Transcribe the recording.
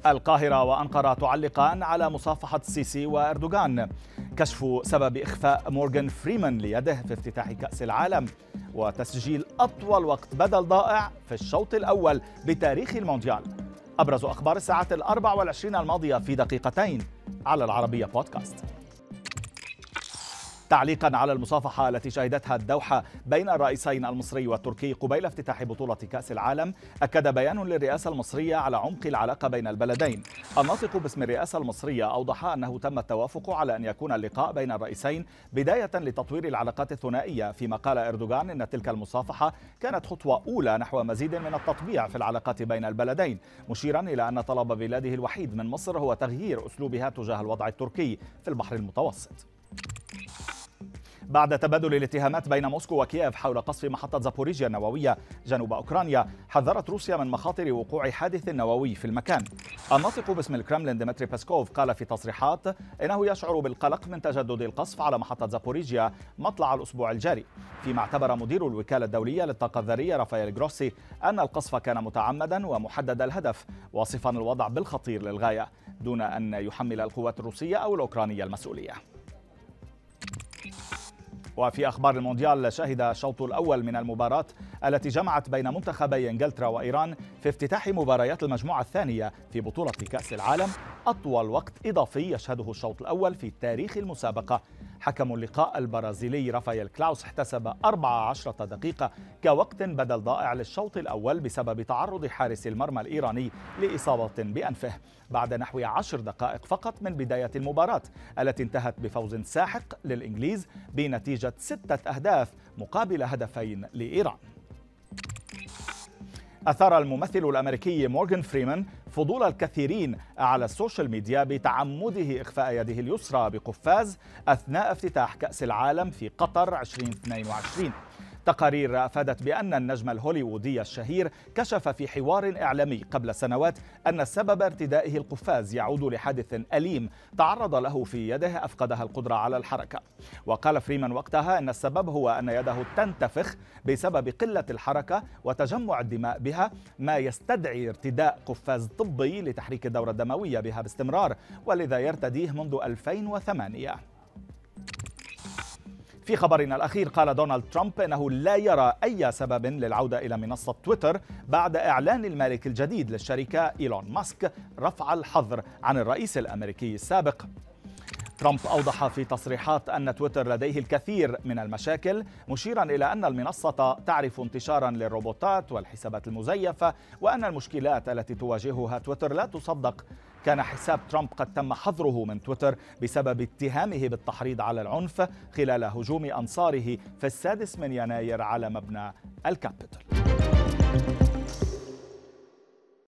القاهرة وأنقرة تعلقان على مصافحة السيسي وأردوغان. كشف سبب إخفاء مورغان فريمان ليده في افتتاح كأس العالم. وتسجيل أطول وقت بدل ضائع في الشوط الأول بتاريخ المونديال. أبرز أخبار الساعات 24 الماضية في دقيقتين على العربية بودكاست. تعليقا على المصافحة التي شهدتها الدوحة بين الرئيسين المصري والتركي قبيل افتتاح بطولة كأس العالم، أكد بيان للرئاسة المصرية على عمق العلاقة بين البلدين. الناطق باسم الرئاسة المصرية أوضح أنه تم التوافق على أن يكون اللقاء بين الرئيسين بداية لتطوير العلاقات الثنائية، فيما قال إردوغان أن تلك المصافحة كانت خطوة أولى نحو مزيد من التطبيع في العلاقات بين البلدين، مشيرا إلى أن طلب بلاده الوحيد من مصر هو تغيير أسلوبها تجاه الوضع التركي في البحر المتوسط. بعد تبادل الاتهامات بين موسكو وكييف حول قصف محطة زابوريجيا النووية جنوب أوكرانيا، حذرت روسيا من مخاطر وقوع حادث نووي في المكان. الناطق باسم الكرملين ديمتري بيسكوف قال في تصريحات إنه يشعر بالقلق من تجدد القصف على محطة زابوريجيا مطلع الأسبوع الجاري، فيما اعتبر مدير الوكالة الدولية للطاقة الذرية رافائيل جروسي أن القصف كان متعمدا ومحدد الهدف، واصفا الوضع بالخطير للغاية دون أن يحمل القوات الروسية أو الأوكرانية المسؤولية. وفي أخبار المونديال، شهد الشوط الأول من المباراة التي جمعت بين منتخبي إنجلترا وإيران في افتتاح مباريات المجموعة الثانية في بطولة كأس العالم أطول وقت إضافي يشهده الشوط الأول في تاريخ المسابقة. حكم اللقاء البرازيلي رافائيل كلاوس احتسب 14 دقيقة كوقت بدل ضائع للشوط الأول بسبب تعرض حارس المرمى الإيراني لإصابة بأنفه بعد نحو 10 دقائق فقط من بداية المباراة التي انتهت بفوز ساحق للإنجليز بنتيجة 6 أهداف مقابل هدفين لإيران. أثار الممثل الأمريكي مورغان فريمان فضول الكثيرين على السوشيال ميديا بتعمده إخفاء يده اليسرى بقفاز أثناء افتتاح كأس العالم في قطر 2022. تقارير أفادت بأن النجم الهوليوودي الشهير كشف في حوار إعلامي قبل سنوات أن سبب ارتدائه القفاز يعود لحادث أليم تعرض له في يده أفقدها القدرة على الحركة. وقال فريمان وقتها أن السبب هو أن يده تنتفخ بسبب قلة الحركة وتجمع الدماء بها، ما يستدعي ارتداء قفاز طبي لتحريك الدورة الدموية بها باستمرار، ولذا يرتديه منذ 2008. في خبرنا الأخير، قال دونالد ترامب إنه لا يرى أي سبب للعودة إلى منصة تويتر بعد إعلان المالك الجديد للشركة إيلون ماسك رفع الحظر عن الرئيس الأمريكي السابق. ترامب أوضح في تصريحات أن تويتر لديه الكثير من المشاكل، مشيرا إلى أن المنصة تعرف انتشارا للروبوتات والحسابات المزيفة، وأن المشكلات التي تواجهها تويتر لا تصدق. كان حساب ترامب قد تم حظره من تويتر بسبب اتهامه بالتحريض على العنف خلال هجوم أنصاره في 6 يناير على مبنى الكابيتول.